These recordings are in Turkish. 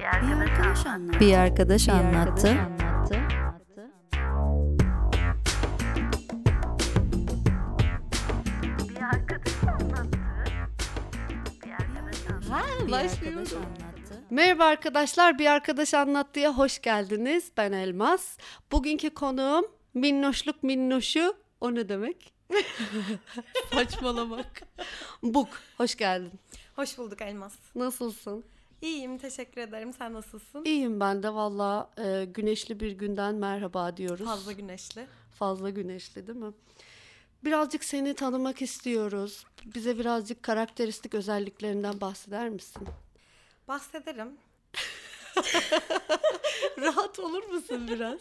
Bir arkadaş anlattı. Başlıyorum. Merhaba arkadaşlar, bir arkadaş anlattıya hoş geldiniz. Ben Elmas. Bugünkü konuğum minnoşluk minnoşu. O ne demek? Saçmalamak. Buk, hoş geldin. Hoş bulduk Elmas. Nasılsın? İyiyim, teşekkür ederim. Sen nasılsın? İyiyim ben de valla. Güneşli bir günden merhaba diyoruz. Fazla güneşli. Fazla güneşli değil mi? Birazcık seni tanımak istiyoruz. Bize birazcık karakteristik özelliklerinden bahseder misin? Bahsederim. Rahat olur musun biraz?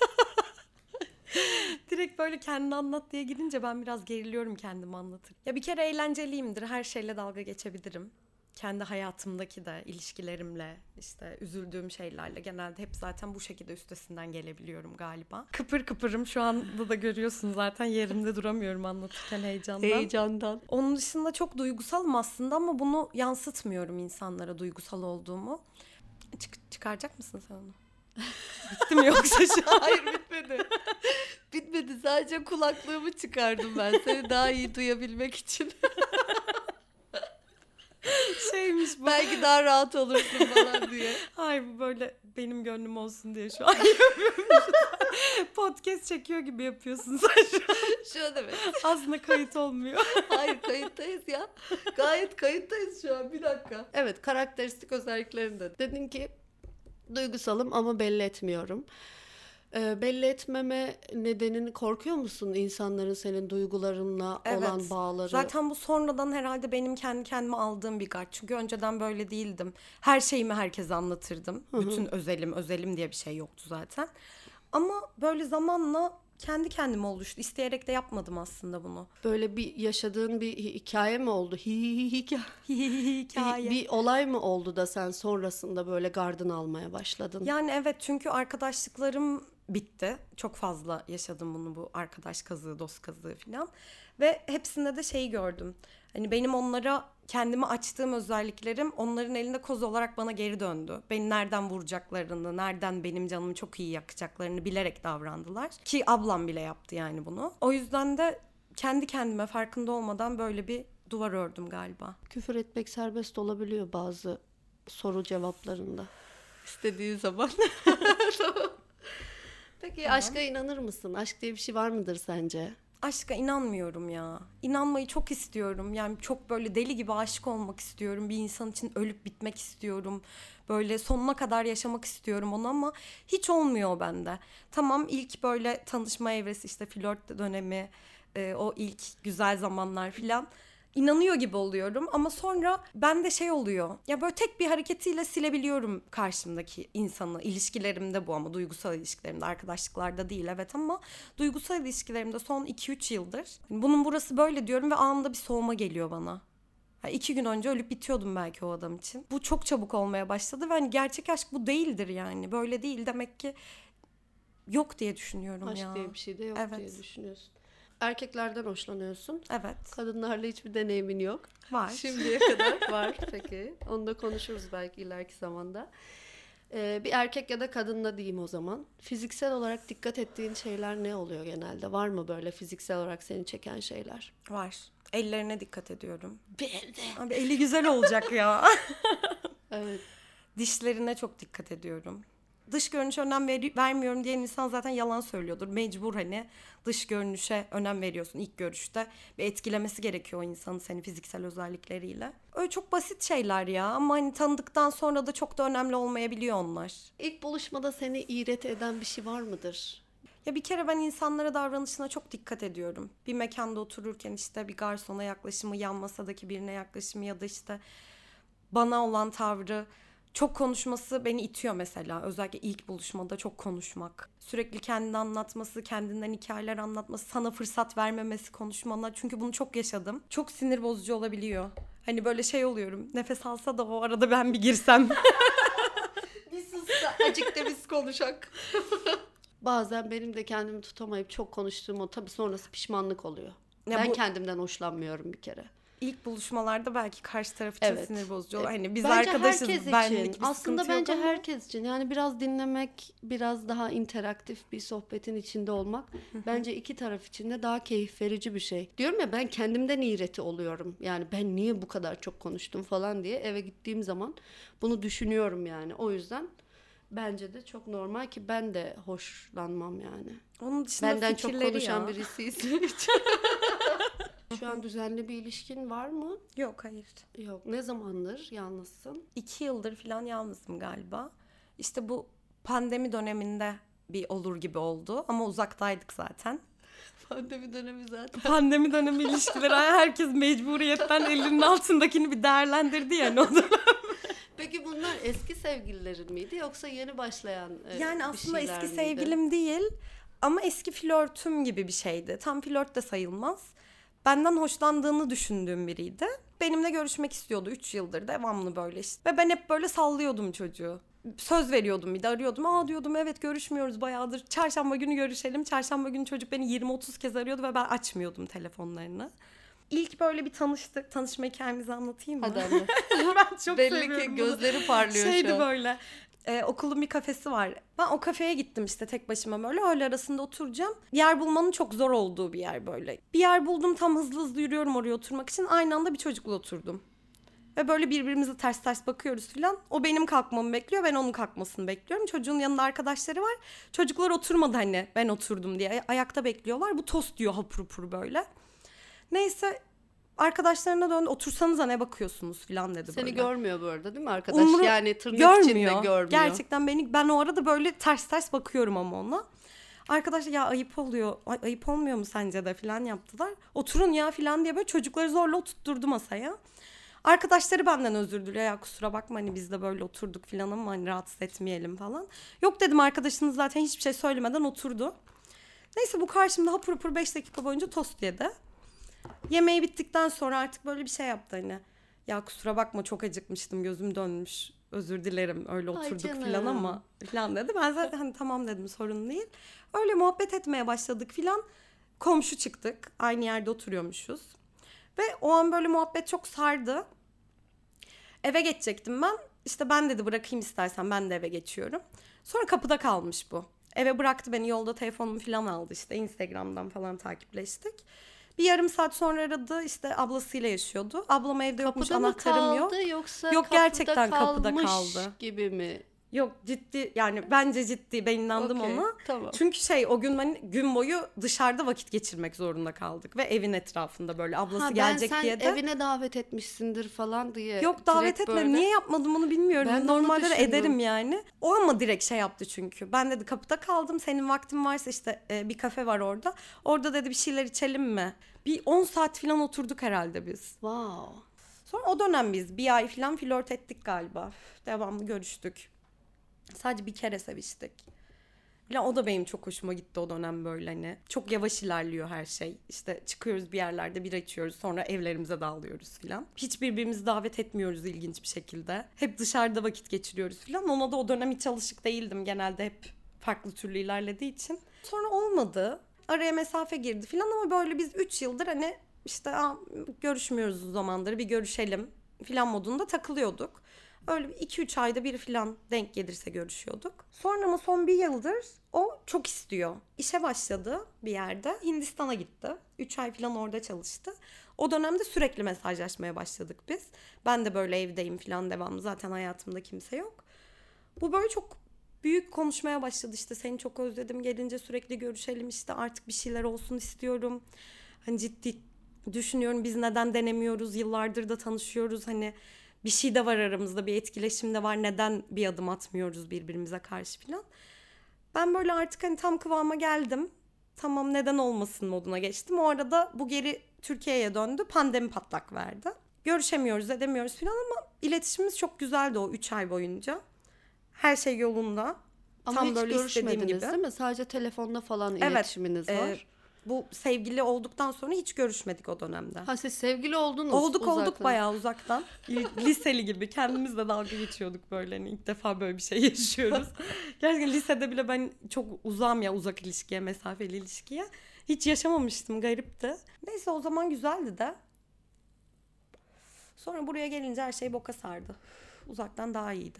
Direkt böyle kendini anlat diye gidince ben biraz geriliyorum kendimi anlatır. Ya bir kere eğlenceliyimdir. Her şeyle dalga geçebilirim. Kendi hayatımdaki de, ilişkilerimle, işte üzüldüğüm şeylerle genelde hep zaten bu şekilde üstesinden gelebiliyorum galiba. Kıpır kıpırım şu anda da görüyorsun zaten yerimde duramıyorum anlatırken heyecandan. Onun dışında çok duygusalım aslında ama bunu yansıtmıyorum insanlara duygusal olduğumu. Çıkaracak mısın sen onu? Bitti mi yoksa şu an? Hayır bitmedi. Bitmedi, sadece kulaklığımı çıkardım ben seni daha iyi duyabilmek için. Şeymiş bu. Belki daha rahat olursun falan diye. Hayır bu böyle benim gönlüm olsun diye şu an yapıyorum. Podcast çekiyor gibi yapıyorsun sen şu an. Şu demek. Aslında kayıt olmuyor. Hayır kayıttayız ya. Gayet kayıttayız şu an, bir dakika. Evet, karakteristik özelliklerinde. Dedin ki duygusalım ama belli etmiyorum. Belli etmeme nedenini korkuyor musun insanların senin duygularınla olan bağları? Zaten bu sonradan herhalde benim kendi kendime aldığım bir gard. Çünkü önceden böyle değildim. Her şeyimi herkese anlatırdım. Bütün özelim diye bir şey yoktu zaten. Ama böyle zamanla kendi kendime oluştu. İsteyerek de yapmadım aslında bunu. Böyle bir yaşadığın bir hikaye mi oldu? Hikaye. Bir olay mı oldu da sen sonrasında böyle gardını almaya başladın? Yani evet, çünkü arkadaşlıklarım bitti. Çok fazla yaşadım bunu, bu arkadaş kazığı, dost kazığı falan. Ve hepsinde de şeyi gördüm. Hani benim onlara kendimi açtığım özelliklerim onların elinde koz olarak bana geri döndü. Beni nereden vuracaklarını, nereden benim canımı çok iyi yakacaklarını bilerek davrandılar. Ki ablam bile yaptı yani bunu. O yüzden de kendi kendime farkında olmadan böyle bir duvar ördüm galiba. Küfür etmek serbest olabiliyor bazı soru cevaplarında. İstediğin zaman. Peki tamam. Aşka inanır mısın? Aşk diye bir şey var mıdır sence? Aşka inanmıyorum ya. İnanmayı çok istiyorum. Yani çok böyle deli gibi aşık olmak istiyorum. Bir insan için ölüp bitmek istiyorum. Böyle sonuna kadar yaşamak istiyorum onu ama hiç olmuyor o bende. Tamam, ilk böyle tanışma evresi, işte flört dönemi, o ilk güzel zamanlar filan. İnanıyor gibi oluyorum ama sonra bende şey oluyor. Ya böyle tek bir hareketiyle silebiliyorum karşımdaki insanı. İlişkilerimde bu, ama duygusal ilişkilerimde, arkadaşlıklarda değil evet, ama duygusal ilişkilerimde son 2-3 yıldır bunun burası böyle diyorum ve anında bir soğuma geliyor bana. 2 gün önce ölüp bitiyordum belki o adam için. Bu çok çabuk olmaya başladı ve hani gerçek aşk bu değildir yani. Böyle değil demek ki, yok diye düşünüyorum aşk ya. Aşk diye bir şey de yok evet. diye düşünüyorsun. Erkeklerden hoşlanıyorsun. Evet. Kadınlarla hiçbir deneyimin yok. Var. Şimdiye kadar var peki. Onu da konuşuruz belki ileriki zamanda. Bir erkek ya da kadınla diyeyim o zaman. Fiziksel olarak dikkat ettiğin şeyler ne oluyor genelde? Var mı böyle fiziksel olarak seni çeken şeyler? Var. Ellerine dikkat ediyorum. Benim de. Abi eli güzel olacak ya. Evet. Dişlerine çok dikkat ediyorum. Dış görünüşe önem vermiyorum diyen insan zaten yalan söylüyordur. Mecbur hani dış görünüşe önem veriyorsun ilk görüşte. Bir etkilemesi gerekiyor o insanın seni fiziksel özellikleriyle. Öyle çok basit şeyler ya, ama hani tanıdıktan sonra da çok da önemli olmayabiliyor onlar. İlk buluşmada seni iğret eden bir şey var mıdır? Ya bir kere ben insanlara davranışına çok dikkat ediyorum. Bir mekanda otururken işte bir garsona yaklaşımı, yan masadaki birine yaklaşımı ya da işte bana olan tavrı. Çok konuşması beni itiyor mesela. Özellikle ilk buluşmada çok konuşmak. Sürekli kendini anlatması, kendinden hikayeler anlatması, sana fırsat vermemesi konuşmana. Çünkü bunu çok yaşadım. Çok sinir bozucu olabiliyor. Hani böyle şey oluyorum. Nefes alsa da o arada ben bir girsem. Bir sus da acık da biz konuşak. Bazen benim de kendimi tutamayıp çok konuştuğum o, tabii sonrası pişmanlık oluyor. Ya ben kendimden hoşlanmıyorum bir kere. İlk buluşmalarda belki karşı taraf için Evet. sinir bozucu olur. Hani biz Bence arkadaşız, herkes benlik için. bir Aslında sıkıntı yok bence ama herkes için. Yani biraz dinlemek, biraz daha interaktif bir sohbetin içinde olmak bence iki taraf için de daha keyif verici bir şey. Diyorum ya, ben kendimden iğreti oluyorum. Yani ben niye bu kadar çok konuştum falan diye eve gittiğim zaman bunu düşünüyorum yani. O yüzden bence de çok normal ki ben de hoşlanmam yani. onun dışında Benden çok fikirleri konuşan ya. birisiyiz. Şu an düzenli bir ilişkin var mı? Yok, hayır. Yok. Ne zamandır yalnızsın? 2 yıldır falan yalnızım galiba. İşte bu pandemi döneminde bir olur gibi oldu ama uzaktaydık zaten. Pandemi dönemi zaten. Pandemi dönemi ilişkileri herkes mecburiyetten elinin altındakini bir değerlendirdi yani o dönem. Peki bunlar eski sevgililerin miydi yoksa yeni başlayan Yani bir aslında şeyler eski miydi? sevgilim değil ama eski flörtüm gibi bir şeydi. Tam flört de sayılmaz. Benden hoşlandığını düşündüğüm biriydi. Benimle görüşmek istiyordu 3 yıldır devamlı böyle işte. Ve ben hep böyle sallıyordum çocuğu. Söz veriyordum, bir de arıyordum. Aa diyordum, evet görüşmüyoruz bayağıdır. Çarşamba günü görüşelim. Çarşamba günü çocuk beni 20-30 kez arıyordu ve ben açmıyordum telefonlarını. İlk böyle bir tanıştık. Tanışma hikayemizi anlatayım mı? Hadi anlat. Ben çok Belli seviyorum ki bunu. gözleri parlıyor Şeydi şu an. böyle. Okulun bir kafesi var. Ben o kafeye gittim işte tek başıma böyle. Öğle arasında oturacağım. Yer bulmanın çok zor olduğu bir yer böyle. Bir yer buldum, tam hızlı hızlı yürüyorum oraya oturmak için. Aynı anda bir çocukla oturdum. Ve böyle birbirimize ters ters bakıyoruz filan. O benim kalkmamı bekliyor, ben onun kalkmasını bekliyorum. Çocuğun yanında arkadaşları var. Çocuklar oturmadı hani ben oturdum diye. Ayakta bekliyorlar. Bu tost diyor hapur hapur böyle. Neyse arkadaşlarına döndü. Otursanıza ne bakıyorsunuz filan dedi Seni böyle. görmüyor bu arada değil mi arkadaş? Yani tırnak içinde görmüyor. Gerçekten ben o arada böyle ters ters bakıyorum ama ona. Arkadaşlar ya ayıp oluyor. Ayıp olmuyor mu sence de filan yaptılar. Oturun ya filan diye böyle çocukları zorla oturtturdu masaya. Arkadaşları benden özür diliyor. Ya kusura bakma hani biz de böyle oturduk filan ama hani rahatsız etmeyelim falan. Yok dedim, arkadaşınız zaten hiçbir şey söylemeden oturdu. Neyse bu karşımda hapur hapur 5 dakika boyunca tost yedi. Yemeği bittikten sonra artık böyle bir şey yaptı hani. Ya kusura bakma çok acıkmıştım, gözüm dönmüş. Özür dilerim öyle Ay oturduk canım. filan ama filan dedi. Ben zaten hani tamam dedim, sorun değil. Öyle muhabbet etmeye başladık filan. Komşu çıktık. Aynı yerde oturuyormuşuz. Ve o an böyle muhabbet çok sardı. Eve geçecektim ben. İşte ben dedi bırakayım istersen, ben de eve geçiyorum. Sonra kapıda kalmış bu. Eve bıraktı beni, yolda telefonumu falan aldı işte. Instagram'dan falan takipleştik. Bir yarım saat sonra aradı, işte ablasıyla yaşıyordu. Ablam evde yokmuş, Kapıda mı anahtarım yok. kaldı yoksa Yok, kapıda gerçekten kapıda kalmış kaldı. gibi mi? Yok ciddi, yani bence ciddi, ben inandım Okey, ona. tamam. Çünkü o gün gün boyu dışarıda vakit geçirmek zorunda kaldık. Ve evin etrafında böyle ablası gelecek diye de. Ben evine davet etmişsindir falan diye. Yok davet direkt etmedim. böyle- Niye yapmadım onu bilmiyorum. Ben de onu Normalde de düşündüm. ederim yani. O ama direkt şey yaptı çünkü. Ben dedi kapıda kaldım. Senin vaktin varsa işte bir kafe var orada. Orada dedi bir şeyler içelim mi? Bir 10 saat falan oturduk herhalde biz. Wow. Sonra o dönem biz bir ay falan flört ettik galiba. Devamlı görüştük. Sadece bir kere seviştik. Ya o da benim çok hoşuma gitti o dönem böyle hani. Çok yavaş ilerliyor her şey. İşte çıkıyoruz bir yerlerde bira içiyoruz, sonra evlerimize dağılıyoruz filan. Hiç birbirimizi davet etmiyoruz ilginç bir şekilde. Hep dışarıda vakit geçiriyoruz filan. Ona da o dönem hiç alışık değildim. Genelde hep farklı türlü ilerlediği için. Sonra olmadı. Araya mesafe girdi filan ama böyle biz 3 yıldır hani işte görüşmüyoruz o zamandır, bir görüşelim filan modunda takılıyorduk. Öyle 2-3 ayda bir falan denk gelirse görüşüyorduk. Sonra ama son bir yıldır o çok istiyor. İşe başladı bir yerde. Hindistan'a gitti. 3 ay falan orada çalıştı. O dönemde sürekli mesajlaşmaya başladık biz. Ben de böyle evdeyim falan devamlı. Zaten hayatımda kimse yok. Bu böyle çok büyük konuşmaya başladı. İşte seni çok özledim. Gelince sürekli görüşelim. İşte artık bir şeyler olsun istiyorum. Hani ciddi düşünüyorum. Biz neden denemiyoruz? Yıllardır da tanışıyoruz. Hani bir şey de var aramızda, bir etkileşim de var. Neden bir adım atmıyoruz birbirimize karşı falan. Ben böyle artık hani tam kıvama geldim. Tamam neden olmasın moduna geçtim. O arada bu geri Türkiye'ye döndü. Pandemi patlak verdi. Görüşemiyoruz, edemiyoruz falan ama iletişimimiz çok güzeldi o 3 ay boyunca. Her şey yolunda. Ama tam hiç böyle istediğim görüşmediniz gibi. değil mi? Sadece telefonda falan Evet, iletişiminiz var. Bu sevgili olduktan sonra hiç görüşmedik o dönemde. Ha siz sevgili oldunuz. Olduk uzaktan. bayağı uzaktan. Liseli gibi kendimizle dalga geçiyorduk böyle. Hani ilk defa böyle bir şey yaşıyoruz. Gerçekten lisede bile ben çok uzağım ya, uzak ilişkiye, mesafeli ilişkiye. Hiç yaşamamıştım, garipti. Neyse o zaman güzeldi de. Sonra buraya gelince her şey boka sardı. Uzaktan daha iyiydi.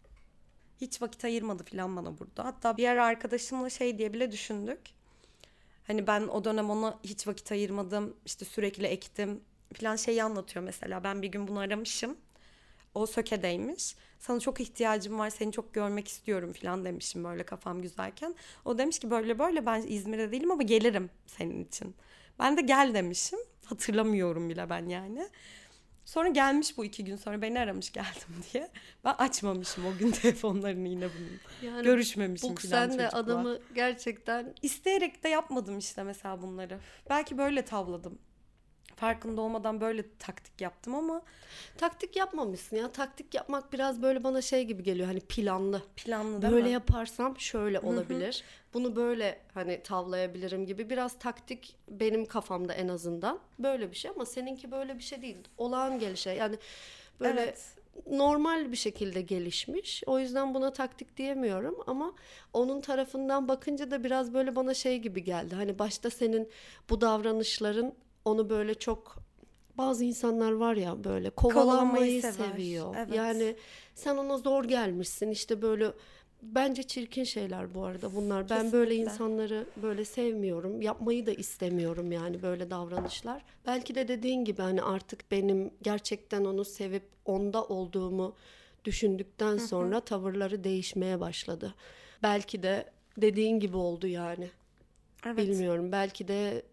Hiç vakit ayırmadı falan bana burada. Hatta bir ara arkadaşımla şey diye bile düşündük. Hani ben o dönem ona hiç vakit ayırmadım. İşte sürekli ektim falan şeyi anlatıyor mesela. Ben bir gün bunu aramışım. O Söke'deymiş. Sana çok ihtiyacım var, seni çok görmek istiyorum falan demişim böyle kafam güzelken. O demiş ki böyle böyle ben İzmir'de değilim ama gelirim senin için. Ben de gel demişim. Hatırlamıyorum bile ben yani. Sonra gelmiş bu 2 gün sonra beni aramış geldim diye. Ben açmamışım o gün telefonlarını yine bunun. Yani Görüşmemişim bu falan sen de çocukla. adamı gerçekten İsteyerek de yapmadım işte mesela bunları. Belki böyle tavladım. Farkında olmadan böyle taktik yaptım ama taktik yapmamışsın ya. Taktik yapmak biraz böyle bana şey gibi geliyor. Hani planlı. planlı değil Böyle mi? yaparsam şöyle olabilir. Bunu böyle hani tavlayabilirim gibi. Biraz taktik benim kafamda en azından. Böyle bir şey ama seninki böyle bir şey değil. Olağan gelişe. Yani böyle Evet. normal bir şekilde gelişmiş. O yüzden buna taktik diyemiyorum ama onun tarafından bakınca da biraz böyle bana şey gibi geldi. Hani başta senin bu davranışların onu böyle çok, bazı insanlar var ya böyle kovalamayı sever. seviyor. Evet. Yani sen ona zor gelmişsin işte böyle, bence çirkin şeyler bu arada bunlar. Ben böyle Kesinlikle. insanları böyle sevmiyorum. Yapmayı da istemiyorum yani böyle davranışlar. Belki de dediğin gibi hani artık benim gerçekten onu sevip onda olduğumu düşündükten sonra tavırları değişmeye başladı. Belki de dediğin gibi oldu yani. Evet. Bilmiyorum. Belki de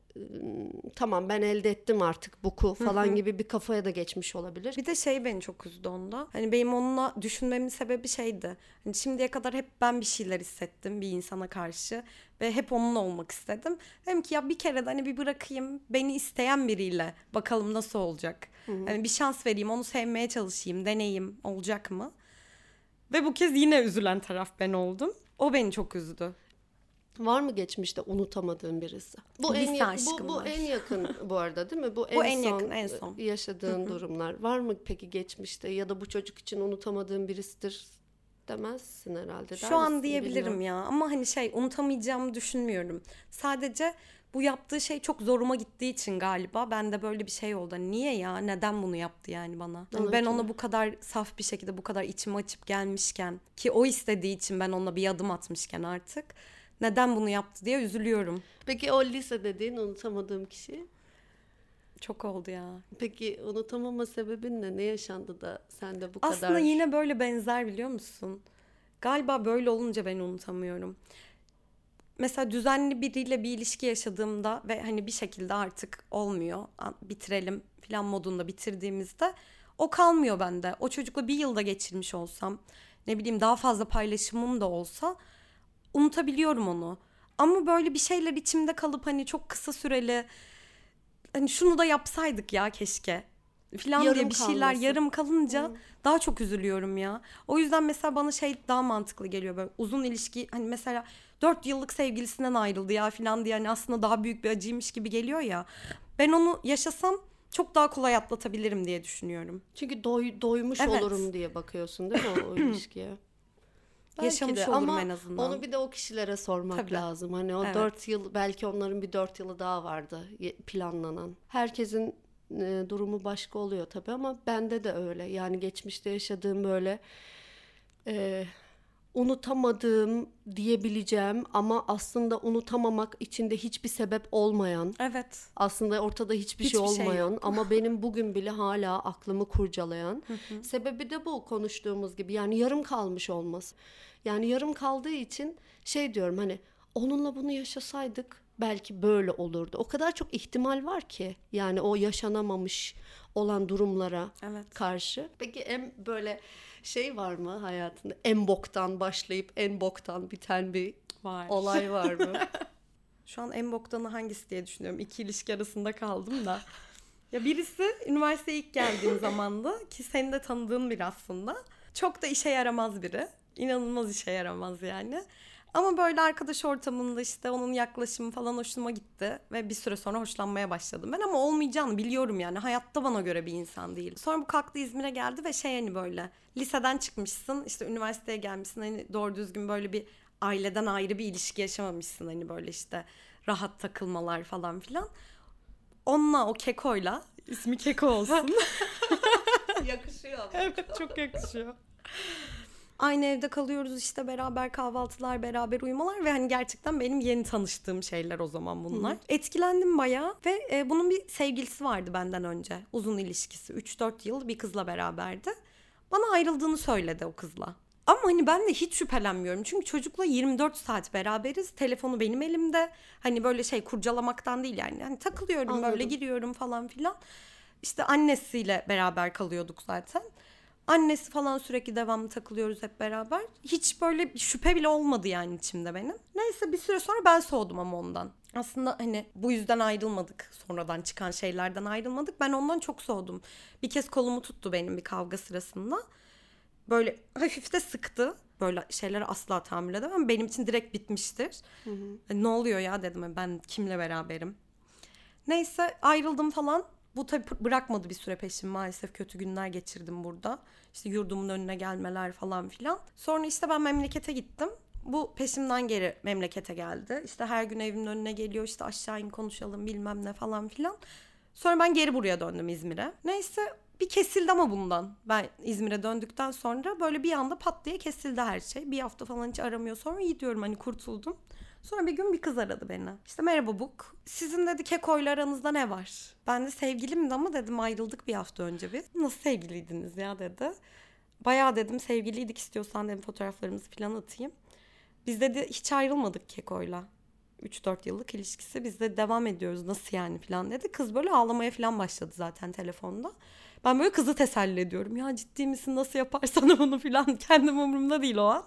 tamam ben elde ettim artık buku falan gibi bir kafaya da geçmiş olabilir. Bir de şey beni çok üzdü onda. Hani benim onunla düşünmemin sebebi şeydi. Hani şimdiye kadar hep ben bir şeyler hissettim bir insana karşı. Ve hep onunla olmak istedim. Dedim ki ya bir kere de hani bir bırakayım. Beni isteyen biriyle bakalım nasıl olacak. Hani bir şans vereyim, onu sevmeye çalışayım, deneyeyim, olacak mı? Ve bu kez yine üzülen taraf ben oldum. O beni çok üzdü. Var mı geçmişte unutamadığın birisi? Bu Lise en yakın, aşkım bu var. en yakın bu arada değil mi? Bu en yakın, en son. yaşadığın durumlar. Var mı peki geçmişte ya da bu çocuk için unutamadığın birisidir demezsin herhalde. Şu an diyebilirim ya ama hani şey unutamayacağımı düşünmüyorum. Sadece bu yaptığı şey çok zoruma gittiği için galiba bende böyle bir şey oldu. Hani niye ya? Neden bunu yaptı yani bana? Hani ben ona bu kadar saf bir şekilde bu kadar içimi açıp gelmişken ki o istediği için ben ona bir adım atmışken artık neden bunu yaptı diye üzülüyorum. Peki o lise dediğin unutamadığım kişi? Çok oldu ya. Peki unutamama sebebin ne? Ne yaşandı da sen de bu Aslında kadar... yine böyle benzer biliyor musun? Galiba böyle olunca ben unutamıyorum. Mesela düzenli biriyle bir ilişki yaşadığımda ve hani bir şekilde artık olmuyor, bitirelim falan modunda bitirdiğimizde o kalmıyor bende. O çocukla bir yılda geçirmiş olsam, ne bileyim daha fazla paylaşımım da olsa unutabiliyorum onu. Ama böyle bir şeyler içimde kalıp hani çok kısa süreli hani şunu da yapsaydık ya keşke falan Yarım diye bir şeyler kalması. yarım kalınca daha çok üzülüyorum ya. O yüzden mesela bana şey daha mantıklı geliyor böyle uzun ilişki hani mesela 4 yıllık sevgilisinden ayrıldı ya falan diye hani aslında daha büyük bir acıymış gibi geliyor ya. Ben onu yaşasam çok daha kolay atlatabilirim diye düşünüyorum. Çünkü doymuş Evet. olurum diye bakıyorsun değil mi o ilişkiye? Belki Yaşamış de olurum ama en azından. onu bir de o kişilere sormak Tabii. lazım. Hani o Evet. 4 yıl, belki onların bir 4 yılı daha vardı planlanan. Herkesin durumu başka oluyor tabii ama bende de öyle. Yani geçmişte yaşadığım böyle unutamadığım diyebileceğim ama aslında unutamamak için de hiçbir sebep olmayan, Evet. aslında ortada hiçbir şey Hiçbir şey olmayan yok. ama benim bugün bile hala aklımı kurcalayan sebebi de bu, konuştuğumuz gibi yani yarım kalmış olması. Yani yarım kaldığı için şey diyorum, hani onunla bunu yaşasaydık belki böyle olurdu. O kadar çok ihtimal var ki yani o yaşanamamış olan durumlara Evet. karşı. Peki en böyle şey var mı hayatında? En boktan başlayıp en boktan biten bir Var. olay var mı? Şu an en boktanı hangisi diye düşünüyorum. 2 ilişki arasında kaldım da. Ya birisi üniversiteye ilk geldiğim zamandı ki seni de tanıdığın biri aslında. Çok da işe yaramaz biri. İnanılmaz işe yaramaz yani. Ama böyle arkadaş ortamında işte onun yaklaşımı falan hoşuma gitti. Ve bir süre sonra hoşlanmaya başladım ben ama olmayacağını biliyorum yani. Hayatta bana göre bir insan değil. Sonra bu kalktı İzmir'e geldi ve şey hani böyle liseden çıkmışsın işte üniversiteye gelmişsin. Hani doğru düzgün böyle bir aileden ayrı bir ilişki yaşamamışsın. Hani böyle işte rahat takılmalar falan filan. Onunla o Keko'yla ismi Keko olsun. Yakışıyor ama. Evet, çok yakışıyor. Aynı evde kalıyoruz işte, beraber kahvaltılar, beraber uyumalar ve hani gerçekten benim yeni tanıştığım şeyler o zaman bunlar. Etkilendim bayağı ve bunun bir sevgilisi vardı benden önce. Uzun ilişkisi, 3-4 yıl bir kızla beraberdi. Bana ayrıldığını söyledi o kızla. Ama hani ben de hiç şüphelenmiyorum. Çünkü çocukla 24 saat beraberiz. Telefonu benim elimde. Hani böyle şey kurcalamaktan değil yani. Hani takılıyorum. Anladım. Böyle giriyorum falan filan. İşte annesiyle beraber kalıyorduk zaten. Annesi falan sürekli devamlı takılıyoruz hep beraber. Hiç böyle bir şüphe bile olmadı yani içimde benim. Neyse bir süre sonra ben soğudum ama ondan. Aslında hani bu yüzden ayrılmadık. Sonradan çıkan şeylerden ayrılmadık. Ben ondan çok soğudum. Bir kez kolumu tuttu benim bir kavga sırasında. Böyle hafif de sıktı. Böyle şeylere asla tahammül edemem. Benim için direkt bitmiştir. Ne oluyor ya dedim, ben kimle beraberim. Neyse ayrıldım falan. Bu tabii bırakmadı bir süre peşimi, maalesef kötü günler geçirdim burada. İşte yurdumun önüne gelmeler falan filan. Sonra işte ben memlekete gittim. Bu peşimden geri memlekete geldi. İşte her gün evimin önüne geliyor, işte aşağı in konuşalım bilmem ne falan filan. Sonra ben geri buraya döndüm, İzmir'e. Neyse bir kesildi ama bundan. Ben İzmir'e döndükten sonra böyle bir anda pat diye kesildi her şey. Bir hafta falan hiç aramıyor, sonra gidiyorum hani kurtuldum. Sonra bir gün bir kız aradı beni. İşte merhaba Buk. Sizin dedi Keko'yla aranızda ne var? Ben de sevgilimdi ama dedim ayrıldık bir hafta önce biz. Nasıl sevgiliydiniz ya dedi. Bayağı dedim sevgiliydik, istiyorsan dedim fotoğraflarımızı falan atayım. Biz dedi hiç ayrılmadık Keko'yla. 3-4 yıllık ilişkisi, biz de devam ediyoruz, nasıl yani falan dedi. Kız böyle ağlamaya falan başladı zaten telefonda. Ben böyle kızı teselli ediyorum. Ya ciddi misin, nasıl yaparsan onu falan, kendim umurumda değil o an.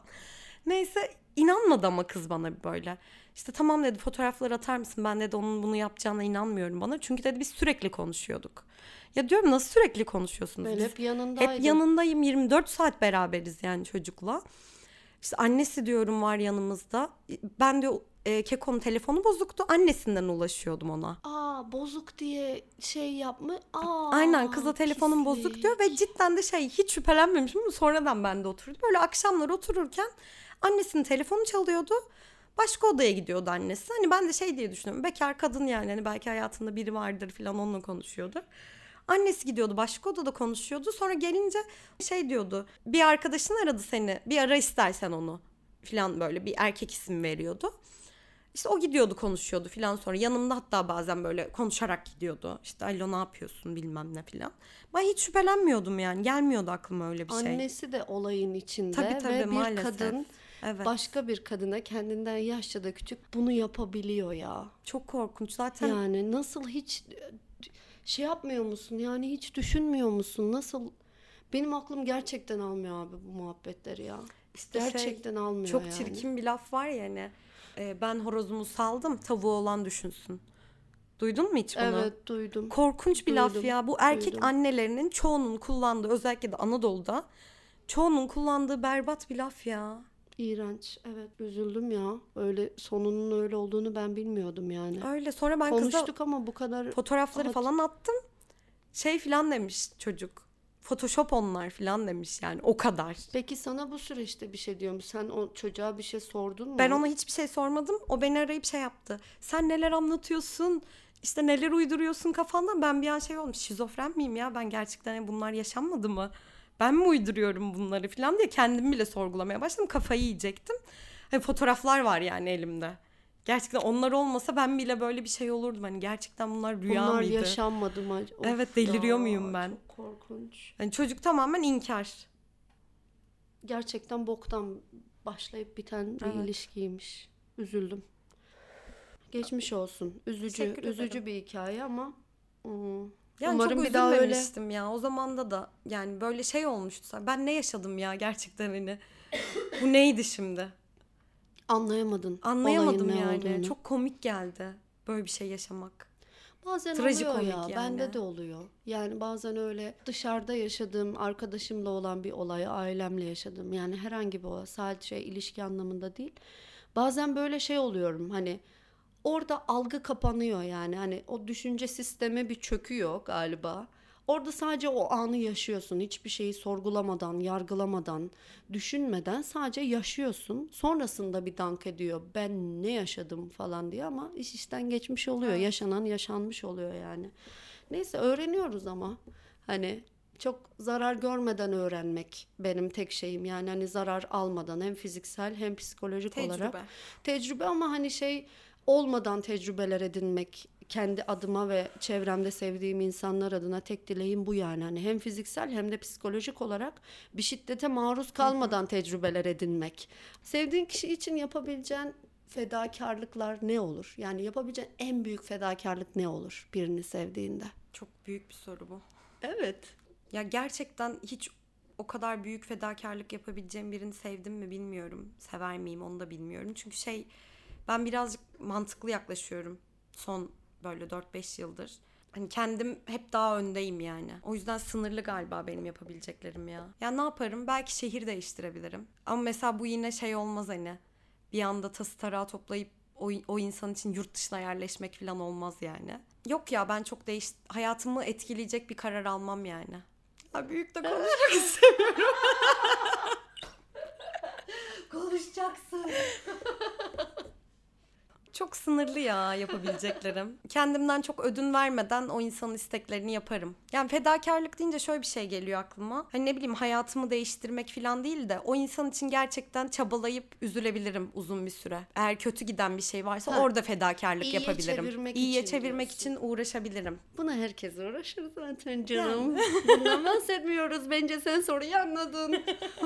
Neyse inanmadı ama kız bana böyle. İşte tamam dedi, fotoğrafları atar mısın? Ben dedi onun bunu yapacağına inanmıyorum bana. Çünkü dedi biz sürekli konuşuyorduk. Ya diyorum nasıl sürekli konuşuyorsunuz? Ben Biz hep yanındaydım. hep yanındayım, 24 saat beraberiz yani çocukla. İşte annesi diyorum var yanımızda. Ben diyor Keko'nun telefonu bozuktu. Annesinden ulaşıyordum ona. Bozuk diye şey yapma. Aynen, kıza telefonum pislik. bozuk diyor ve cidden de hiç şüphelenmemişim ama sonradan ben de oturdum. Böyle akşamlar otururken annesinin telefonu çalıyordu. Başka odaya gidiyordu annesi. Hani ben de diye düşünüyorum. Bekar kadın yani, hani belki hayatında biri vardır falan, onunla konuşuyordu. Annesi gidiyordu başka odada konuşuyordu. Sonra gelince diyordu. Bir arkadaşın aradı seni. Bir ara istersen onu falan, böyle bir erkek isim veriyordu. İşte o gidiyordu konuşuyordu falan, sonra yanımda hatta bazen böyle konuşarak gidiyordu. İşte alo ne yapıyorsun bilmem ne falan. Ben hiç şüphelenmiyordum yani, gelmiyordu aklıma öyle bir şey. Annesi de olayın içinde Tabii, ve bir maalesef. kadın Evet. başka bir kadına kendinden yaşça da küçük bunu yapabiliyor ya. Çok korkunç zaten. Yani nasıl hiç şey yapmıyor musun? Yani hiç düşünmüyor musun? Nasıl? Benim aklım gerçekten almıyor abi bu muhabbetleri ya. İşte gerçekten almıyor çok yani. çirkin bir laf var ya hani, ben horozumu saldım tavuğu olan düşünsün. Duydun mu hiç bunu? Evet duydum. Korkunç bir laf ya. Bu erkek duydum. annelerinin çoğunun kullandığı, özellikle de Anadolu'da çoğunun kullandığı berbat bir laf ya. İğrenç. Evet üzüldüm ya. Öyle sonunun öyle olduğunu ben bilmiyordum yani. Öyle, sonra ben Konuştuk kıza ama bu kadar fotoğrafları falan attım. Falan demiş çocuk. Photoshop onlar falan demiş yani, o kadar. Peki sana bu süreçte bir şey diyor mu? Sen o çocuğa bir şey sordun mu? Ben ona hiçbir şey sormadım. O beni arayıp yaptı. Sen neler anlatıyorsun? İşte neler uyduruyorsun kafandan? Ben bir an olmuş. Şizofren miyim ya? Ben gerçekten bunlar yaşanmadı mı? Ben mi uyduruyorum bunları falan diye kendimi bile sorgulamaya başladım. Kafayı yiyecektim. Fotoğraflar var yani elimde. Gerçekten onlar olmasa ben bile böyle bir şey olurdum. Hani gerçekten bunlar rüya bunlar mıydı? Bunlar yaşanmadı mı? Of evet, deliriyor ya, muyum ben? Çok korkunç. Yani çocuk tamamen inkar. Gerçekten boktan başlayıp biten bir ilişkiymiş. Üzüldüm. Geçmiş olsun. Üzücü bir hikaye ama yani umarım çok bir daha öyle. ya. O zamanda da yani böyle olmuştu. Ben ne yaşadım ya gerçekten hani. Bu neydi şimdi? Anlayamadım yani. Olduğunu. Çok komik geldi böyle bir şey yaşamak. Bazen Trajikomik oluyor ya. yani. Bende de oluyor. Yani bazen öyle dışarıda yaşadığım, arkadaşımla olan bir olayı ailemle yaşadım. Yani herhangi bir olay, sadece ilişki anlamında değil. Bazen böyle oluyorum. Hani orada algı kapanıyor yani. Hani o düşünce sistemi bir çöküyor galiba. Orada sadece o anı yaşıyorsun. Hiçbir şeyi sorgulamadan, yargılamadan, düşünmeden sadece yaşıyorsun. Sonrasında bir dank ediyor. Ben ne yaşadım falan diye, ama iş işten geçmiş oluyor. Evet. Yaşanan yaşanmış oluyor yani. Neyse öğreniyoruz ama hani çok zarar görmeden öğrenmek benim tek şeyim. Yani hani zarar almadan hem fiziksel hem psikolojik olarak. Tecrübe ama hani şey olmadan tecrübeler edinmek, kendi adıma ve çevremde sevdiğim insanlar adına tek dileğim bu yani. Hani hem fiziksel hem de psikolojik olarak bir şiddete maruz kalmadan tecrübeler edinmek. Sevdiğin kişi için yapabileceğin fedakarlıklar ne olur? Yani yapabileceğin en büyük fedakarlık ne olur birini sevdiğinde? Çok büyük bir soru bu. Evet. Ya gerçekten hiç o kadar büyük fedakarlık yapabileceğim birini sevdim mi bilmiyorum. Sever miyim onu da bilmiyorum. Çünkü ben birazcık mantıklı yaklaşıyorum son böyle 4-5 yıldır. Hani kendim hep daha öndeyim yani. O yüzden sınırlı galiba benim yapabileceklerim ya. Ya ne yaparım? Belki şehir değiştirebilirim. Ama mesela bu yine olmaz hani. Bir anda tası tarağı toplayıp o insan için yurt dışına yerleşmek falan olmaz yani. Yok ya ben çok hayatımı etkileyecek bir karar almam yani. Ya büyük de konuşmak istemiyorum. Konuşacaksın. Çok sınırlı ya yapabileceklerim. Kendimden çok ödün vermeden o insanın isteklerini yaparım. Yani fedakarlık deyince şöyle bir şey geliyor aklıma. Hani ne bileyim hayatımı değiştirmek falan değil de o insan için gerçekten çabalayıp üzülebilirim uzun bir süre. Eğer kötü giden bir şey varsa orada fedakarlık İyiye yapabilirim. çevirmek İyiye için çevirmek diyorsun. için uğraşabilirim. Buna herkes uğraşır zaten canım. Bundan bahsetmiyoruz. Bence sen soruyu anladın.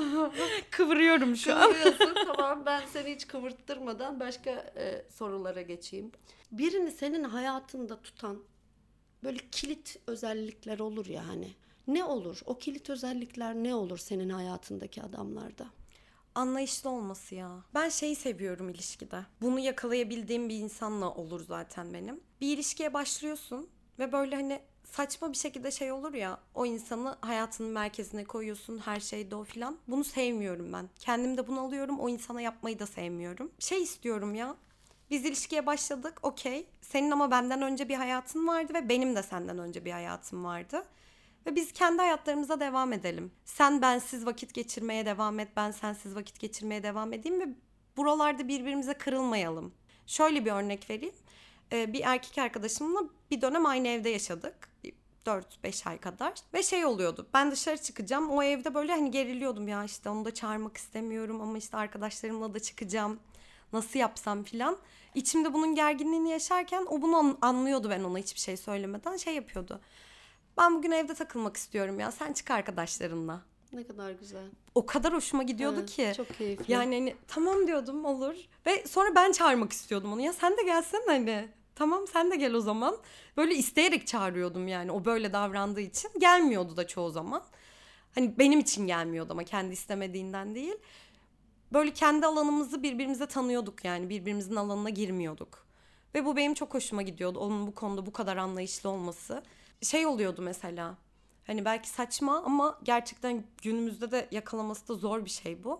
Kıvırıyorum şu an. Kıvırıyorsun. Tamam, ben seni hiç kıvırttırmadan başka sorulara geçeyim. Birini senin hayatında tutan böyle kilit özellikler olur ya hani. Ne olur? O kilit özellikler ne olur senin hayatındaki adamlarda? Anlayışlı olması ya. Ben seviyorum ilişkide. Bunu yakalayabildiğim bir insanla olur zaten benim. Bir ilişkiye başlıyorsun ve böyle hani saçma bir şekilde olur ya, o insanı hayatının merkezine koyuyorsun, her şeyde o filan. Bunu sevmiyorum ben. Kendim de bunu alıyorum, o insana yapmayı da sevmiyorum. İstiyorum ya. Biz ilişkiye başladık, okey. Senin ama benden önce bir hayatın vardı ve benim de senden önce bir hayatım vardı. Ve biz kendi hayatlarımıza devam edelim. Sen bensiz vakit geçirmeye devam et, ben sensiz vakit geçirmeye devam edeyim ve buralarda birbirimize kırılmayalım. Şöyle bir örnek vereyim. Bir erkek arkadaşımla bir dönem aynı evde yaşadık. 4-5 ay kadar. Ve oluyordu. Ben dışarı çıkacağım. O evde böyle hani geriliyordum ya, işte onu da çağırmak istemiyorum ama işte arkadaşlarımla da çıkacağım. Nasıl yapsam filan. İçimde bunun gerginliğini yaşarken o bunu anlıyordu, ben ona hiçbir şey söylemeden yapıyordu. Ben bugün evde takılmak istiyorum ya, sen çık arkadaşlarınla. Ne kadar güzel. O kadar hoşuma gidiyordu ki. Çok keyifli. Yani hani tamam diyordum, olur. Ve sonra ben çağırmak istiyordum onu. Ya sen de gelsene hani. Tamam sen de gel o zaman. Böyle isteyerek çağırıyordum yani. O böyle davrandığı için. Gelmiyordu da çoğu zaman. Hani benim için gelmiyordu ama kendi istemediğinden değil. Böyle kendi alanımızı birbirimize tanıyorduk yani. Birbirimizin alanına girmiyorduk. Ve bu benim çok hoşuma gidiyordu. Onun bu konuda bu kadar anlayışlı olması. Oluyordu mesela. Hani belki saçma ama gerçekten günümüzde de yakalaması da zor bir şey bu.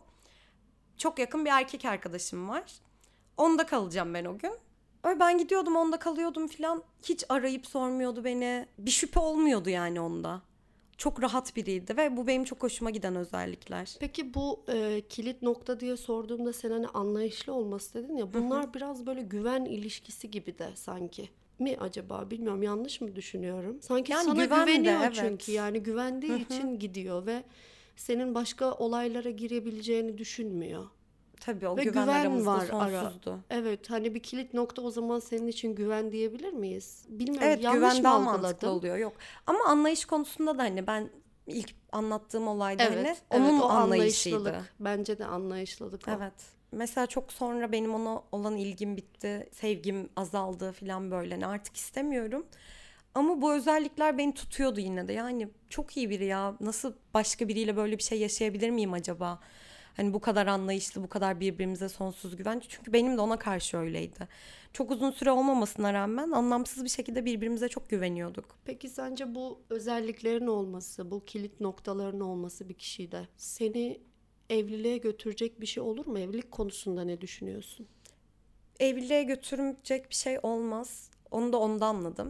Çok yakın bir erkek arkadaşım var. Onda kalacağım ben o gün. Öyle ben gidiyordum, onda kalıyordum falan. Hiç arayıp sormuyordu beni. Bir şüphe olmuyordu yani onda. Çok rahat biriydi ve bu benim çok hoşuma giden özellikler. Peki bu kilit nokta diye sorduğumda sen hani anlayışlı olması dedin ya. Bunlar biraz böyle güven ilişkisi gibi de sanki. Mi acaba, bilmiyorum, yanlış mı düşünüyorum? Sanki Yani sana güven de, güveniyor evet. çünkü yani güvendiği için gidiyor ve senin başka olaylara girebileceğini düşünmüyor. Tabii o Ve güven aramızda var sonsuzdu. Evet, hani bir kilit nokta o zaman senin için güven diyebilir miyiz? Bilmiyorum, Evet, yanlış güven mı daha algıladım? mantıklı oluyor, yok. Ama anlayış konusunda da hani ben ilk anlattığım olayda Evet, hani onun o anlayışıydı. anlayışlılık. Bence de anlayışlılık o. Evet. Mesela çok sonra benim ona olan ilgim bitti, sevgim azaldı falan böyle. Yani artık istemiyorum. Ama bu özellikler beni tutuyordu yine de. Yani çok iyi biri ya. Nasıl başka biriyle böyle bir şey yaşayabilir miyim acaba? Hani bu kadar anlayışlı, bu kadar birbirimize sonsuz güven. Çünkü benim de ona karşı öyleydi. Çok uzun süre olmamasına rağmen anlamsız bir şekilde birbirimize çok güveniyorduk. Peki sence bu özelliklerin olması, bu kilit noktaların olması bir kişide seni evliliğe götürecek bir şey olur mu? Evlilik konusunda ne düşünüyorsun? Evliliğe götürecek bir şey olmaz. Onu da onda anladım.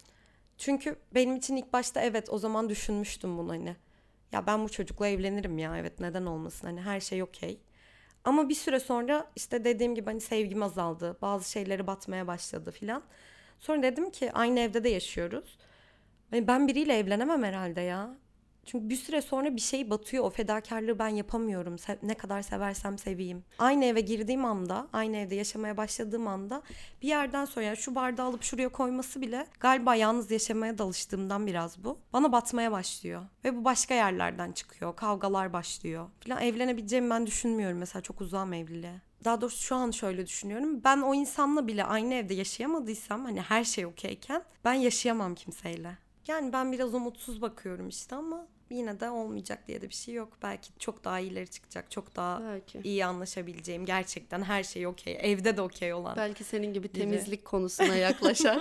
Çünkü benim için ilk başta evet, o zaman düşünmüştüm bunu hani. Ya ben bu çocukla evlenirim ya, evet, neden olmasın, hani her şey okey. Ama bir süre sonra işte dediğim gibi hani sevgim azaldı. Bazı şeyleri batmaya başladı filan. Sonra dedim ki aynı evde de yaşıyoruz. Hani ben biriyle evlenemem herhalde ya. Çünkü bir süre sonra bir şey batıyor. O fedakarlığı ben yapamıyorum. Ne kadar seversem seveyim. Aynı eve girdiğim anda, aynı evde yaşamaya başladığım anda bir yerden sonra yani şu bardağı alıp şuraya koyması bile galiba yalnız yaşamaya da alıştığımdan biraz bu. Bana batmaya başlıyor. Ve bu başka yerlerden çıkıyor. Kavgalar başlıyor falan. Evlenebileceğimi ben düşünmüyorum. Mesela çok uzağım evliliğe. Daha doğrusu şu an şöyle düşünüyorum. Ben o insanla bile aynı evde yaşayamadıysam hani her şey okeyken ben yaşayamam kimseyle. Yani ben biraz umutsuz bakıyorum işte ama yine de olmayacak diye de bir şey yok. Belki çok daha iyileri çıkacak. Çok daha Belki. iyi anlaşabileceğim. Gerçekten her şey okey. Evde de okey olan. Belki senin gibi biri. temizlik konusuna yaklaşan.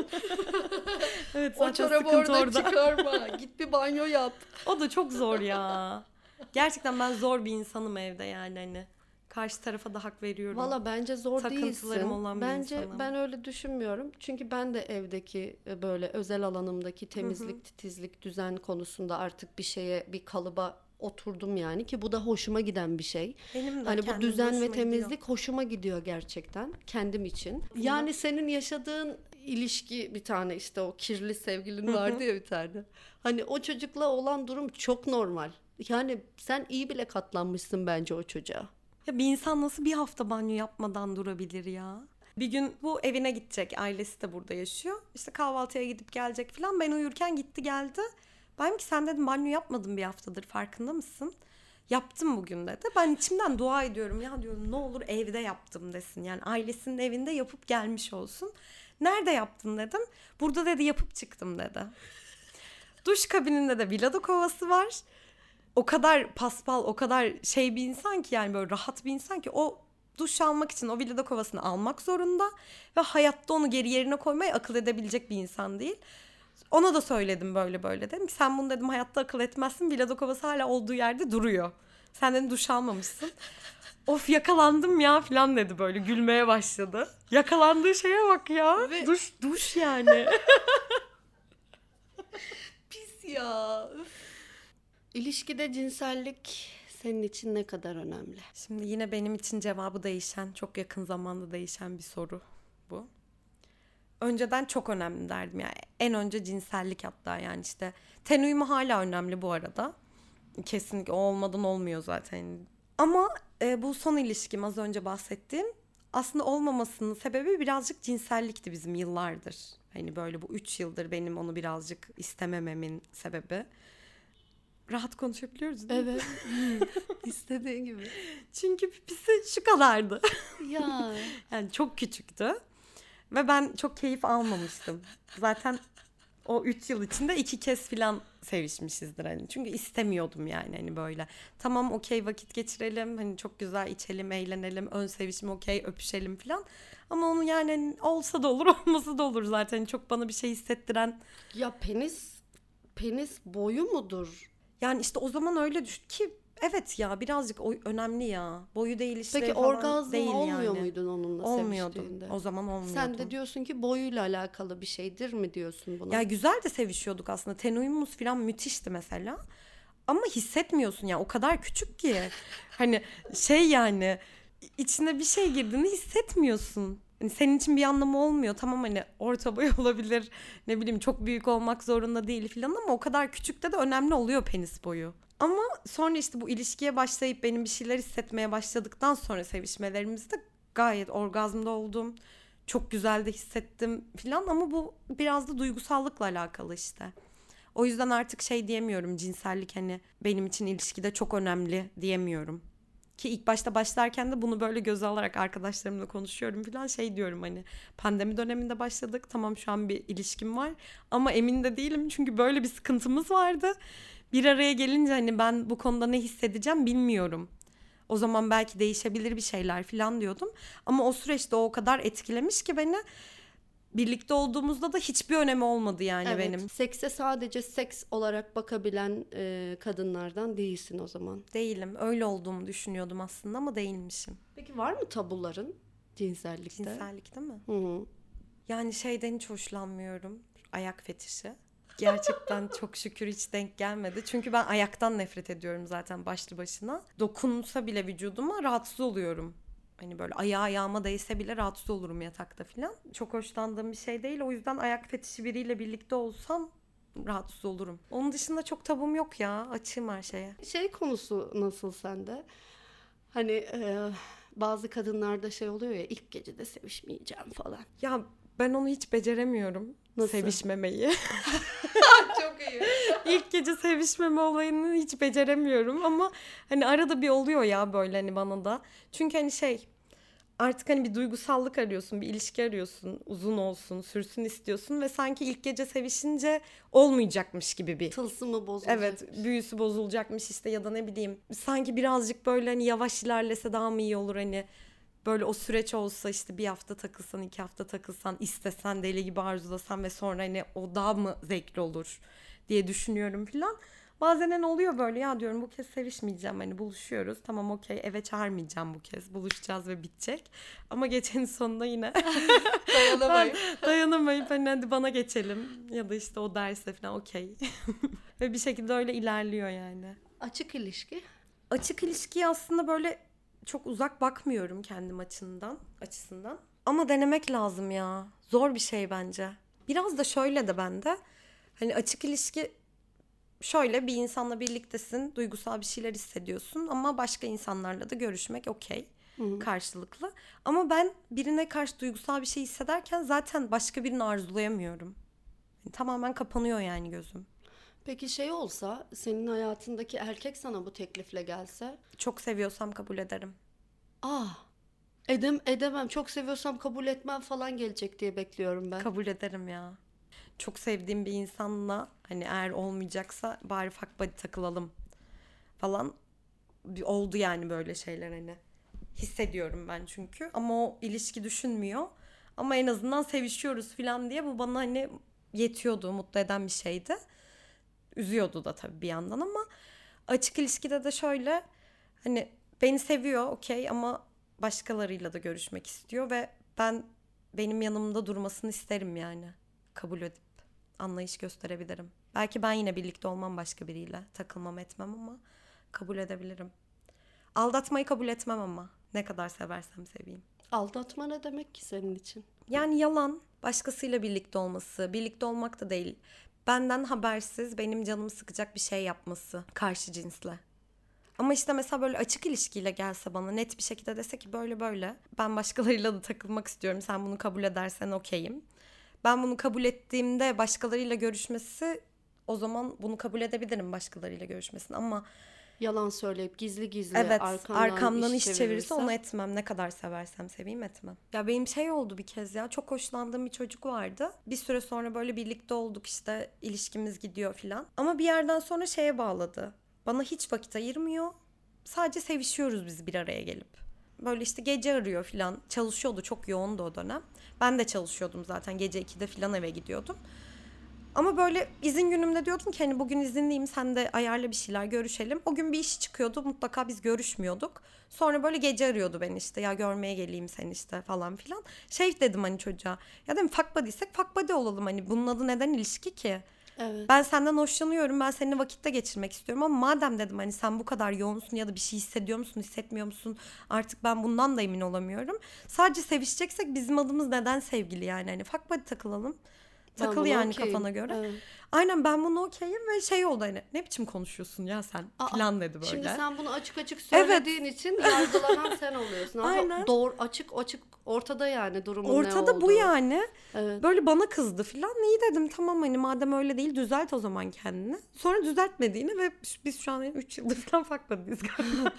Evet, O zaten çorabı sıkıntı orada orada. çıkarma. Git bir banyo yap. O da çok zor ya. Gerçekten ben zor bir insanım evde yani hani. Karşı tarafa da hak veriyorum. Valla bence zor Takıntılarım değilsin. olan bir Bence insanım. ben öyle düşünmüyorum. Çünkü ben de evdeki böyle özel alanımdaki temizlik, titizlik, düzen konusunda artık bir şeye, bir kalıba oturdum yani ki bu da hoşuma giden bir şey. Benim de Hani bu kendim düzen ve hoşuma temizlik gidiyor. hoşuma gidiyor gerçekten kendim için. Yani senin yaşadığın ilişki bir tane işte o kirli sevgilin vardı ya bir tane. Hani o çocukla olan durum çok normal. Yani sen iyi bile katlanmışsın bence o çocuğa. Ya bir insan nasıl bir hafta banyo yapmadan durabilir ya? Bir gün bu evine gidecek. Ailesi de burada yaşıyor. İşte kahvaltıya gidip gelecek falan. Ben uyurken gitti geldi. Ben dedim ki sen dedim banyo yapmadın bir haftadır farkında mısın? Yaptım bugün dedi. Ben içimden dua ediyorum. Ya diyorum ne olur evde yaptım desin. Yani ailesinin evinde yapıp gelmiş olsun. Nerede yaptın dedim. Burada dedi yapıp çıktım dedi. Duş kabininde de Vilado kovası var. O kadar paspal, o kadar şey bir insan ki yani böyle rahat bir insan ki o duş almak için o Vilado kovasını almak zorunda ve hayatta onu geri yerine koymayı akıl edebilecek bir insan değil. Ona da söyledim böyle böyle dedim ki sen bunu dedim hayatta akıl etmezsin, Vilado kovası hala olduğu yerde duruyor. Sen dedim duş almamışsın. Of yakalandım ya falan dedi böyle gülmeye başladı. Yakalandığı şeye bak ya. Ve- Duş yani. Pis ya. İlişkide cinsellik senin için ne kadar önemli? Şimdi yine benim için cevabı değişen, çok yakın zamanda değişen bir soru bu. Önceden çok önemli derdim yani. En önce cinsellik hatta yani işte. Ten uyumu hala önemli bu arada. Kesinlikle o olmadan olmuyor zaten. Ama bu son ilişkim az önce bahsettiğim aslında olmamasının sebebi birazcık cinsellikti bizim yıllardır. Hani böyle bu 3 yıldır benim onu birazcık istemememin sebebi. Rahat konuşabiliyoruz değil mi? Evet. İstediğin gibi. Çünkü pipisi şu kadardı. Ya. Yani çok küçüktü. Ve ben çok keyif almamıştım. Zaten o 3 yıl içinde 2 kez falan sevişmişizdir hani. Çünkü istemiyordum yani hani böyle. Tamam okey vakit geçirelim. Hani çok güzel içelim, eğlenelim. Ön sevişim okey, öpüşelim falan. Ama onu yani hani olsa da olur, olmasa da olur zaten. Çok bana bir şey hissettiren. Ya penis boyu mudur? Yani işte o zaman öyle düştü ki evet ya birazcık önemli ya. Boyu değil işte Peki falan orgazm değil olmuyor yani. muydun onunla Olmuyordu. seviştiğinde? O zaman olmuyordu. Sen de diyorsun ki boyuyla alakalı bir şeydir mi diyorsun buna? Ya güzel de sevişiyorduk aslında. Ten uyumumuz falan müthişti mesela. Ama hissetmiyorsun ya. O kadar küçük ki. Hani şey yani içine bir şey girdiğini hissetmiyorsun. Hani senin için bir anlamı olmuyor. Tamam hani orta boy olabilir. Ne bileyim çok büyük olmak zorunda değil falan ama o kadar küçükte de önemli oluyor penis boyu. Ama sonra işte bu ilişkiye başlayıp benim bir şeyler hissetmeye başladıktan sonra sevişmelerimizde gayet orgazmda oldum. Çok güzel de hissettim falan ama bu biraz da duygusallıkla alakalı işte. O yüzden artık şey diyemiyorum, cinsellik hani benim için ilişkide çok önemli diyemiyorum. Ki ilk başta başlarken de bunu böyle göze alarak arkadaşlarımla konuşuyorum falan şey diyorum hani pandemi döneminde başladık, tamam şu an bir ilişkim var ama emin de değilim çünkü böyle bir sıkıntımız vardı. Bir araya gelince hani ben bu konuda ne hissedeceğim bilmiyorum. O zaman belki değişebilir bir şeyler falan diyordum. Ama o süreçte o kadar etkilemiş ki beni, birlikte olduğumuzda da hiçbir önemi olmadı yani Evet, benim. sekse sadece seks olarak bakabilen kadınlardan değilsin o zaman. Değilim. Öyle olduğumu düşünüyordum aslında ama değilmişim. Peki var mı tabuların cinsellikte? Cinsellik değil mi? Hı hı. Yani şeyden hiç hoşlanmıyorum. Ayak fetişi. Gerçekten çok şükür hiç denk gelmedi. Çünkü ben ayaktan nefret ediyorum zaten başlı başına. Dokunsa bile vücuduma rahatsız oluyorum. Hani böyle ayağıma değse bile rahatsız olurum yatakta falan. Çok hoşlandığım bir şey değil. O yüzden ayak fetişi biriyle birlikte olsam rahatsız olurum. Onun dışında çok tabum yok ya. Açığım her şeye. Şey konusu nasıl sende? Hani bazı kadınlarda şey oluyor ya, ilk gecede sevişmeyeceğim falan. Ya ben onu hiç beceremiyorum. Nasıl? Sevişmemeyi. Çok iyi. İlk gece sevişmeme olayını hiç beceremiyorum ama hani arada bir oluyor ya böyle hani bana da. Çünkü hani şey, artık hani bir duygusallık arıyorsun, bir ilişki arıyorsun, uzun olsun, sürsün istiyorsun ve sanki ilk gece sevişince olmayacakmış gibi bir. Tılsımı bozulacak. Evet, büyüsü bozulacakmış işte ya da ne bileyim. Sanki birazcık böyle hani yavaş ilerlese daha mı iyi olur hani. Böyle o süreç olsa işte bir hafta takılsan, 2 hafta takılsan, istesen, deli gibi arzulasan ve sonra hani o daha mı zevkli olur diye düşünüyorum filan. Bazen hani oluyor böyle, ya diyorum bu kez sevişmeyeceğim, hani buluşuyoruz tamam okey, eve çağırmayacağım bu kez, buluşacağız ve bitecek. Ama gecenin sonunda yine Dayanamayıp. dayanamayıp hani hadi bana geçelim ya da işte o derse falan okey. Ve bir şekilde öyle ilerliyor yani. Açık ilişki. Açık ilişkiye aslında böyle çok uzak bakmıyorum kendim açısından. Ama denemek lazım ya. Zor bir şey bence. Biraz da şöyle de bende. Hani açık ilişki şöyle, bir insanla birliktesin, duygusal bir şeyler hissediyorsun ama başka insanlarla da görüşmek okey. Karşılıklı. Ama ben birine karşı duygusal bir şey hissederken zaten başka birini arzulayamıyorum. Yani tamamen kapanıyor yani gözüm. Peki şey olsa, senin hayatındaki erkek sana bu teklifle gelse, Çok seviyorsam kabul ederim. edemem, çok seviyorsam kabul etmem falan gelecek diye bekliyorum ben. Kabul ederim ya. Çok sevdiğim bir insanla hani eğer olmayacaksa bari fuck buddy takılalım falan. Oldu yani böyle şeyler hani. Hissediyorum ben çünkü. Ama o ilişki düşünmüyor. Ama en azından sevişiyoruz falan diye bu bana hani yetiyordu. Mutlu eden bir şeydi. Üzüyordu da tabii bir yandan ama açık ilişkide de şöyle, hani beni seviyor okey ama başkalarıyla da görüşmek istiyor ve ben benim yanımda durmasını isterim yani. Kabul edip anlayış gösterebilirim. Belki ben yine birlikte olmam başka biriyle. Takılmam etmem ama kabul edebilirim. Aldatmayı kabul etmem ama ne kadar seversem seveyim. Aldatma ne demek ki senin için? Yani yalan, başkasıyla birlikte olması, birlikte olmak da değil. Benden habersiz benim canımı sıkacak bir şey yapması karşı cinsle. Ama işte mesela böyle açık ilişkiyle gelse bana net bir şekilde dese ki böyle böyle ben başkalarıyla da takılmak istiyorum, sen bunu kabul edersen okeyim. Ben bunu kabul ettiğimde başkalarıyla görüşmesi, o zaman bunu kabul edebilirim başkalarıyla görüşmesini ama Yalan söyleyip gizli gizli evet, arkamdan iş çevirirse çevirirse onu etmem. Ne kadar seversem seveyim etmem. Ya benim şey oldu bir kez ya. Çok hoşlandığım bir çocuk vardı. Bir süre sonra böyle birlikte olduk işte. İlişkimiz gidiyor filan. Ama bir yerden sonra şeye bağladı. Bana hiç vakit ayırmıyor. Sadece sevişiyoruz biz bir araya gelip. Böyle işte gece arıyor filan. Çalışıyordu, çok yoğundu o dönem. Ben de çalışıyordum zaten. Gece 2'de filan eve gidiyordum. Ama böyle izin günümde diyordum ki hani bugün izinliyim, sen de ayarla bir şeyler, görüşelim. O gün bir iş çıkıyordu, mutlaka biz görüşmüyorduk. Sonra böyle gece arıyordu beni işte, ya görmeye geleyim seni işte falan filan. Şey dedim hani çocuğa, ya dedim fuck buddy'sek fuck buddy olalım, hani bunun adı neden ilişki ki? Evet. Ben senden hoşlanıyorum, ben seninle vakitte geçirmek istiyorum ama madem dedim hani sen bu kadar yoğunsun ya da bir şey hissediyor musun, hissetmiyor musun, artık ben bundan da emin olamıyorum. Sadece sevişeceksek bizim adımız neden sevgili yani, hani fuck buddy takılalım. Takıl buna yani okeyim. kafana göre. Evet. Aynen, ben bunu okeyim ve şey oldu hani, ne biçim konuşuyorsun ya sen falan dedi böyle. Şimdi sen bunu açık açık söylediğin için yargılanan sen oluyorsun. Ama Aynen. doğru, açık ortada yani durumun ne Ortada olduğu. bu yani. Evet. Böyle bana kızdı falan. İyi dedim, tamam hani madem öyle değil düzelt o zaman kendini. Sonra düzeltmediğini ve biz şu an 3 yıldır falan farkladıyız galiba.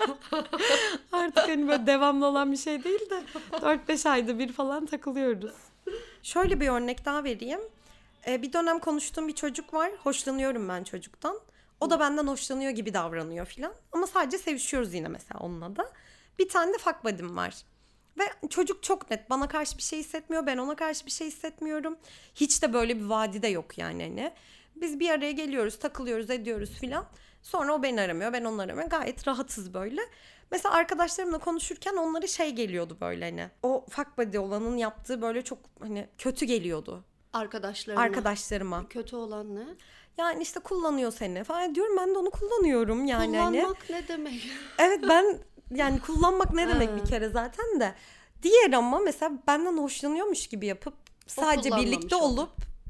Artık hani böyle devamlı olan bir şey değil de 4-5 ayda bir falan takılıyoruz. Şöyle bir örnek daha vereyim. Bir dönem konuştuğum bir çocuk var. Hoşlanıyorum ben çocuktan. O da benden hoşlanıyor gibi davranıyor filan. Ama sadece sevişiyoruz yine mesela onunla da. Bir tane de fuck buddy'm var. Ve çocuk çok net. Bana karşı bir şey hissetmiyor. Ben ona karşı bir şey hissetmiyorum. Hiç de böyle bir vadi de yok yani hani. Biz bir araya geliyoruz, takılıyoruz, ediyoruz filan. Sonra o beni aramıyor, ben onu aramıyorum. Gayet rahatız böyle. Mesela arkadaşlarımla konuşurken onlara şey geliyordu böyle hani. O fuck buddy olanın yaptığı böyle çok hani kötü geliyordu. Arkadaşlarıma. Kötü olan ne? Yani işte kullanıyor seni falan diyorum, ben de onu kullanıyorum yani. Kullanmak ne demek? Evet, ben yani kullanmak ne demek bir kere zaten de. Diğer ama mesela benden hoşlanıyormuş gibi yapıp sadece birlikte olup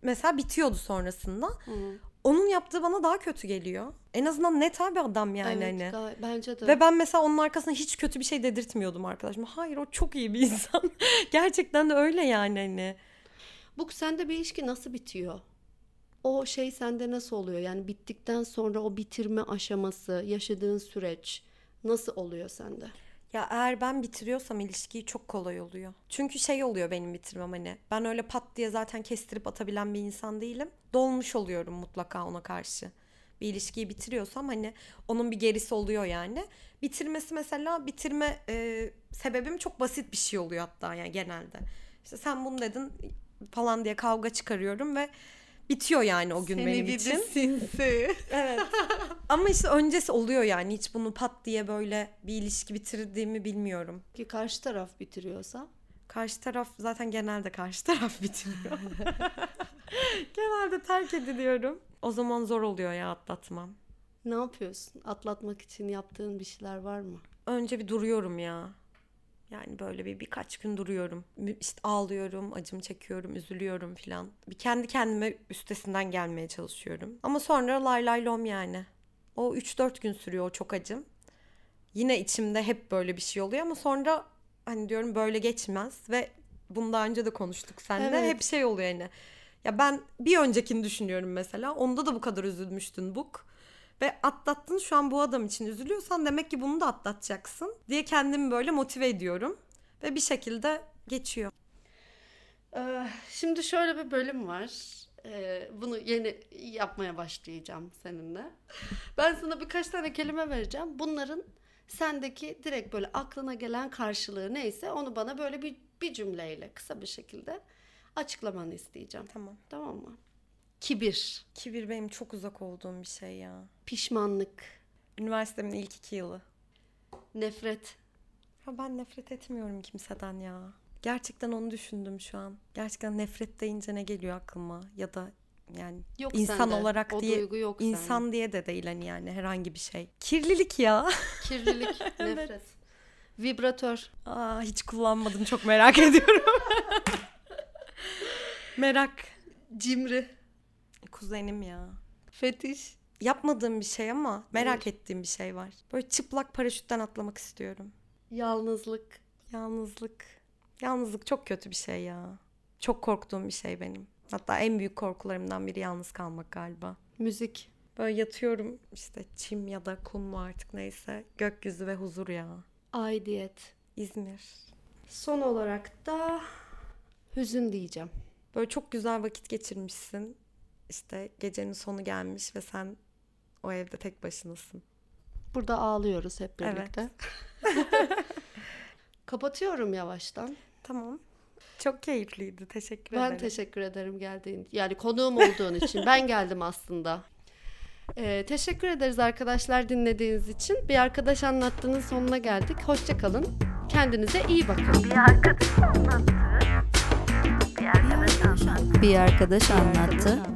mesela bitiyordu sonrasında. Onun yaptığı bana daha kötü geliyor. En azından net abi adam yani Evet, hani. bence de. Ve ben mesela onun arkasına hiç kötü bir şey dedirtmiyordum arkadaşıma. Hayır, o çok iyi bir insan. Gerçekten de öyle yani hani. Bu sende bir ilişki nasıl bitiyor? O şey sende nasıl oluyor? Yani bittikten sonra o bitirme aşaması, yaşadığın süreç nasıl oluyor sende? Ya eğer ben bitiriyorsam ilişkiyi çok kolay oluyor. Çünkü şey oluyor benim bitirmem hani. Ben öyle pat diye zaten kestirip atabilen bir insan değilim. Dolmuş oluyorum mutlaka ona karşı. Bir ilişkiyi bitiriyorsam hani onun bir gerisi oluyor yani. Bitirmesi mesela bitirme sebebim çok basit bir şey oluyor hatta yani genelde. İşte sen bunu dedin falan diye kavga çıkarıyorum ve bitiyor yani o gün benim için. sinsi. Evet. Ama işte öncesi oluyor yani. Hiç bunu pat diye böyle bir ilişki bitirdiğimi bilmiyorum. Ki karşı taraf bitiriyorsa? Karşı taraf zaten genelde karşı taraf bitiriyor. Genelde terk ediliyorum. O zaman zor oluyor ya atlatmam. Ne yapıyorsun? Atlatmak için yaptığın bir şeyler var mı? Önce bir duruyorum ya. Yani böyle birkaç gün duruyorum. İşte ağlıyorum, acımı çekiyorum, üzülüyorum filan. Bir kendi kendime üstesinden gelmeye çalışıyorum. Ama sonra lay lay lom yani. O 3-4 gün sürüyor o çok acım. Yine içimde hep böyle bir şey oluyor ama sonra hani diyorum böyle geçmez ve bunu daha önce de konuştuk seninle. Evet. Hep şey oluyor yani. Ya ben bir öncekini düşünüyorum mesela. Onda da bu kadar üzülmüştün Buk. Ve atlattın, şu an bu adam için üzülüyorsan demek ki bunu da atlatacaksın diye kendimi böyle motive ediyorum. Ve bir şekilde geçiyor. Şimdi şöyle bir bölüm var. Bunu yeni yapmaya başlayacağım seninle. Ben sana birkaç tane kelime vereceğim. Bunların sendeki direkt böyle aklına gelen karşılığı neyse onu bana böyle bir cümleyle kısa bir şekilde açıklamanı isteyeceğim. Tamam. Tamam mı? Kibir, Kibir benim çok uzak olduğum bir şey ya. pişmanlık, Üniversitemin ilk 2 yılı. nefret, Ya ben nefret etmiyorum kimseden ya. Gerçekten onu düşündüm şu an. Gerçekten nefret deyince ne geliyor aklıma? Ya da yani yok insan sende. olarak O diye, duygu yok insan sende. diye de değil hani yani herhangi bir şey. Kirlilik ya. Kirlilik, nefret, vibratör, Aa, hiç kullanmadım, çok merak ediyorum. Merak. cimri, Kuzenim ya. fetiş, Yapmadığım bir şey ama merak ettiğim bir şey var. Böyle çıplak paraşütten atlamak istiyorum. yalnızlık, Yalnızlık. Yalnızlık çok kötü bir şey ya. Çok korktuğum bir şey benim. Hatta en büyük korkularımdan biri yalnız kalmak galiba. müzik, Böyle yatıyorum işte çim ya da kum mu artık neyse. Gökyüzü ve huzur ya. aidiyet. İzmir. Son olarak da hüzün diyeceğim. Böyle çok güzel vakit geçirmişsin. İşte gecenin sonu gelmiş ve sen o evde tek başınasın. Burada ağlıyoruz hep Evet. birlikte. Kapatıyorum yavaştan. Tamam. Çok keyifliydi. Teşekkür ederim. Ben teşekkür ederim geldiğin, yani konuğum olduğun için. Ben geldim aslında. Teşekkür ederiz arkadaşlar dinlediğiniz için. Bir arkadaş anlattığının sonuna geldik. Hoşça kalın. Kendinize iyi bakın. Bir arkadaş anlattı.